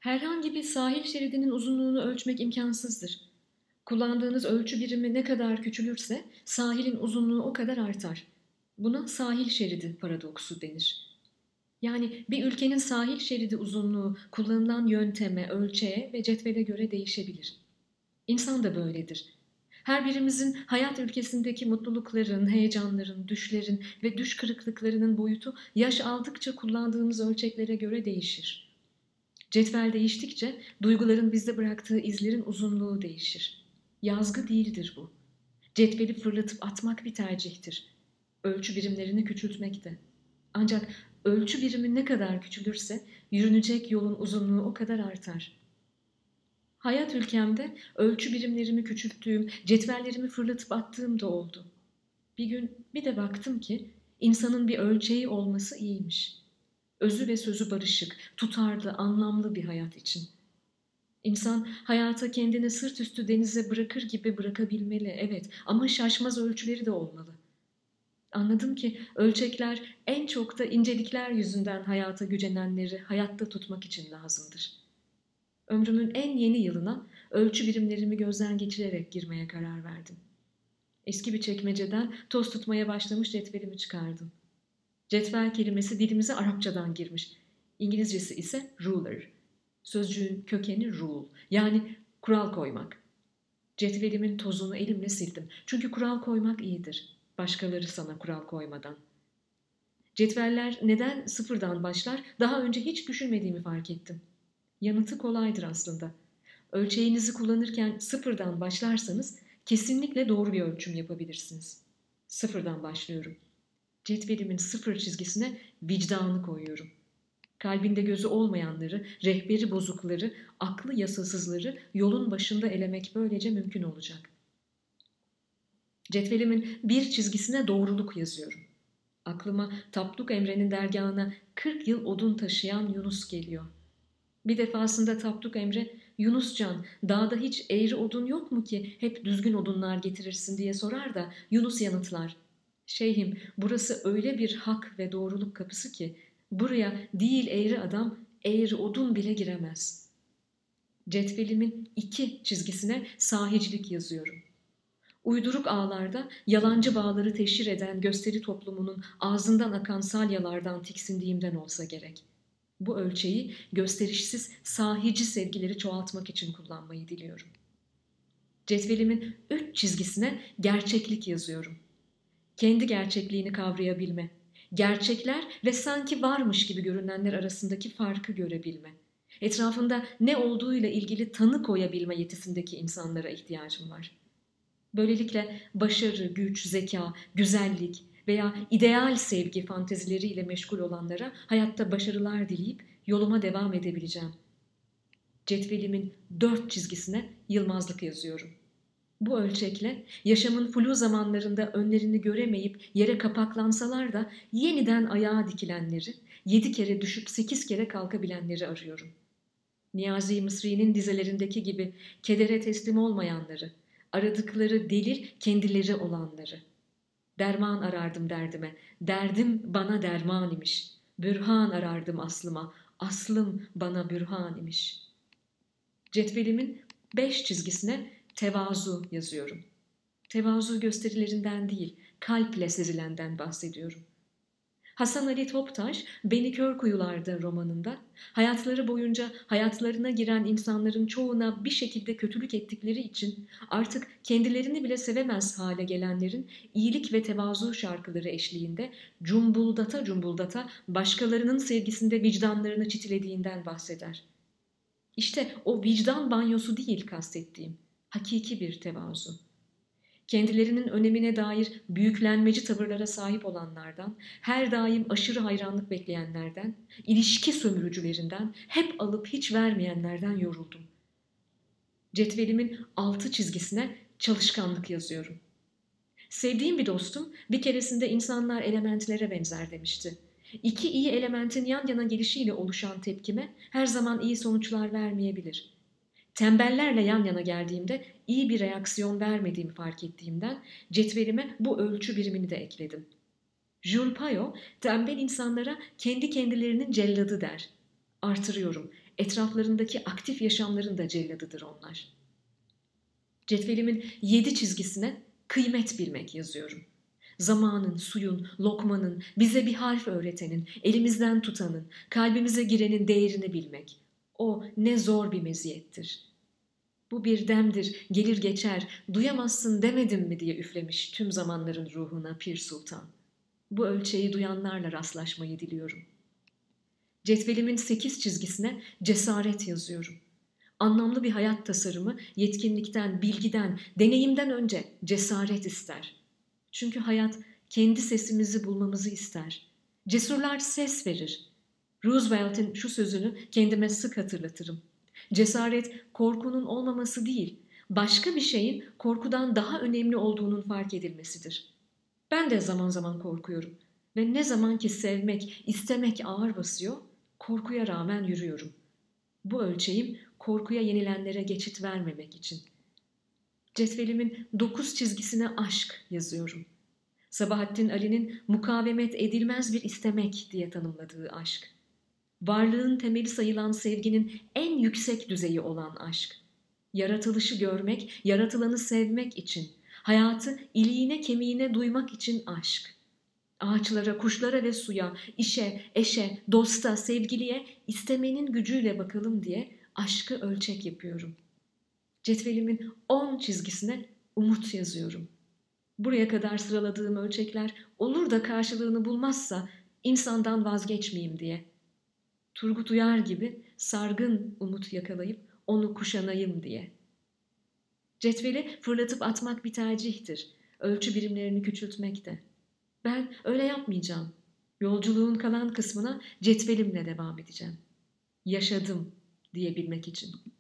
Herhangi bir sahil şeridinin uzunluğunu ölçmek imkansızdır. Kullandığınız ölçü birimi ne kadar küçülürse sahilin uzunluğu o kadar artar. Buna sahil şeridi paradoksu denir. Yani bir ülkenin sahil şeridi uzunluğu kullanılan yönteme, ölçeğe ve cetvele göre değişebilir. İnsan da böyledir. Her birimizin hayat ülkesindeki mutlulukların, heyecanların, düşlerin ve düş kırıklıklarının boyutu yaş aldıkça kullandığımız ölçeklere göre değişir. Cetvel değiştikçe duyguların bizde bıraktığı izlerin uzunluğu değişir. Yazgı değildir bu. Cetveli fırlatıp atmak bir tercihtir. Ölçü birimlerini küçültmek de. Ancak ölçü birimi ne kadar küçülürse yürünecek yolun uzunluğu o kadar artar. Hayat ülkemde ölçü birimlerimi küçülttüğüm, cetvellerimi fırlatıp attığım da oldu. Bir gün bir de baktım ki insanın bir ölçeği olması iyiymiş. Özü ve sözü barışık, tutarlı, anlamlı bir hayat için. İnsan hayata kendini sırt üstü denize bırakır gibi bırakabilmeli, evet, ama şaşmaz ölçüleri de olmalı. Anladım ki ölçekler en çok da incelikler yüzünden hayata gücenenleri hayatta tutmak için lazımdır. Ömrümün en yeni yılına ölçü birimlerimi gözden geçirerek girmeye karar verdim. Eski bir çekmeceden toz tutmaya başlamış cetvelimi çıkardım. Cetvel kelimesi dilimize Arapçadan girmiş. İngilizcesi ise ruler. Sözcüğün kökeni rule, yani kural koymak. Cetvelimin tozunu elimle sildim. Çünkü kural koymak iyidir. Başkaları sana kural koymadan. Cetveller neden sıfırdan başlar daha önce hiç düşünmediğimi fark ettim. Yanıtı kolaydır aslında. Ölçeğinizi kullanırken sıfırdan başlarsanız kesinlikle doğru bir ölçüm yapabilirsiniz. Sıfırdan başlıyorum. Cetvelimin sıfır çizgisine vicdanı koyuyorum. Kalbinde gözü olmayanları, rehberi bozukları, aklı yasasızları yolun başında elemek böylece mümkün olacak. Cetvelimin bir çizgisine doğruluk yazıyorum. Aklıma Tapduk Emre'nin dergahına 40 yıl odun taşıyan Yunus geliyor. Bir defasında Tapduk Emre, "Yunuscan, dağda hiç eğri odun yok mu ki hep düzgün odunlar getirirsin?" diye sorar da Yunus yanıtlar. "Şeyhim, burası öyle bir hak ve doğruluk kapısı ki buraya değil eğri adam, eğri odun bile giremez." Cetvelimin 2 çizgisine sahicilik yazıyorum. Uyduruk ağlarda yalancı bağları teşhir eden gösteri toplumunun ağzından akan salyalardan tiksindiğimden olsa gerek. Bu ölçeği gösterişsiz sahici sevgileri çoğaltmak için kullanmayı diliyorum. Cetvelimin 3 çizgisine gerçeklik yazıyorum. Kendi gerçekliğini kavrayabilme, gerçekler ve sanki varmış gibi görünenler arasındaki farkı görebilme, etrafında ne olduğuyla ilgili tanı koyabilme yetisindeki insanlara ihtiyacım var. Böylelikle başarı, güç, zeka, güzellik veya ideal sevgi fantezileriyle meşgul olanlara hayatta başarılar dileyip yoluma devam edebileceğim. Cetvelimin 4 çizgisine yılmazlık yazıyorum. Bu ölçekle yaşamın flu zamanlarında önlerini göremeyip yere kapaklansalar da yeniden ayağa dikilenleri, 7 kere düşüp 8 kere kalkabilenleri arıyorum. Niyazi Mısri'nin dizelerindeki gibi kedere teslim olmayanları, aradıkları delir kendileri olanları. Derman arardım derdime, derdim bana derman imiş. Bürhan arardım aslıma, aslım bana bürhan imiş. Cetvelimin 5 çizgisine tevazu yazıyorum. Tevazu gösterilerinden değil, kalple sezilenden bahsediyorum. Hasan Ali Toptaş, Beni Kör Kuyularda romanında hayatları boyunca hayatlarına giren insanların çoğuna bir şekilde kötülük ettikleri için artık kendilerini bile sevemez hale gelenlerin iyilik ve tevazu şarkıları eşliğinde cumbuldata cumbuldata başkalarının sevgisinde vicdanlarını çitilediğinden bahseder. İşte o vicdan banyosu değil kastettiğim, hakiki bir tevazu. Kendilerinin önemine dair büyüklenmeci tavırlara sahip olanlardan, her daim aşırı hayranlık bekleyenlerden, ilişki sömürücülerinden, hep alıp hiç vermeyenlerden yoruldum. Cetvelimin 6 çizgisine çalışkanlık yazıyorum. Sevdiğim bir dostum bir keresinde insanlar elementlere benzer demişti. 2 iyi elementin yan yana gelişiyle oluşan tepkime her zaman iyi sonuçlar vermeyebilir. Tembellerle yan yana geldiğimde iyi bir reaksiyon vermediğimi fark ettiğimden cetvelime bu ölçü birimini de ekledim. Jules Payot, tembel insanlara kendi kendilerinin celladı der. Artırıyorum. etraflarındaki aktif yaşamların da celladıdır onlar. Cetvelimin 7 çizgisine kıymet bilmek yazıyorum. Zamanın, suyun, lokmanın, bize bir harf öğretenin, elimizden tutanın, kalbimize girenin değerini bilmek. O ne zor bir meziyettir. Bu bir demdir, gelir geçer, duyamazsın demedim mi diye üflemiş tüm zamanların ruhuna Pir Sultan. Bu ölçeği duyanlarla rastlaşmayı diliyorum. Cetvelimin 8 çizgisine cesaret yazıyorum. Anlamlı bir hayat tasarımı yetkinlikten, bilgiden, deneyimden önce cesaret ister. Çünkü hayat kendi sesimizi bulmamızı ister. Cesurlar ses verir. Roosevelt'in şu sözünü kendime sık hatırlatırım. Cesaret korkunun olmaması değil, başka bir şeyin korkudan daha önemli olduğunun fark edilmesidir. Ben de zaman zaman korkuyorum ve ne zaman ki sevmek, istemek ağır basıyor, korkuya rağmen yürüyorum. Bu ölçeğim korkuya yenilenlere geçit vermemek için. Cetvelimin 9 çizgisine aşk yazıyorum. Sabahattin Ali'nin mukavemet edilmez bir istemek diye tanımladığı aşk. Varlığın temeli sayılan sevginin en yüksek düzeyi olan aşk. Yaratılışı görmek, yaratılanı sevmek için, hayatı iliğine kemiğine duymak için aşk. Ağaçlara, kuşlara ve suya, işe, eşe, dosta, sevgiliye istemenin gücüyle bakalım diye aşkı ölçek yapıyorum. Cetvelimin 10 çizgisine umut yazıyorum. Buraya kadar sıraladığım ölçekler olur da karşılığını bulmazsa insandan vazgeçmeyeyim diye. Turgut Uyar gibi sargın umut yakalayıp onu kuşanayım diye. Cetveli fırlatıp atmak bir tercihtir. Ölçü birimlerini küçültmek de. Ben öyle yapmayacağım. Yolculuğun kalan kısmına cetvelimle devam edeceğim. Yaşadım diyebilmek için.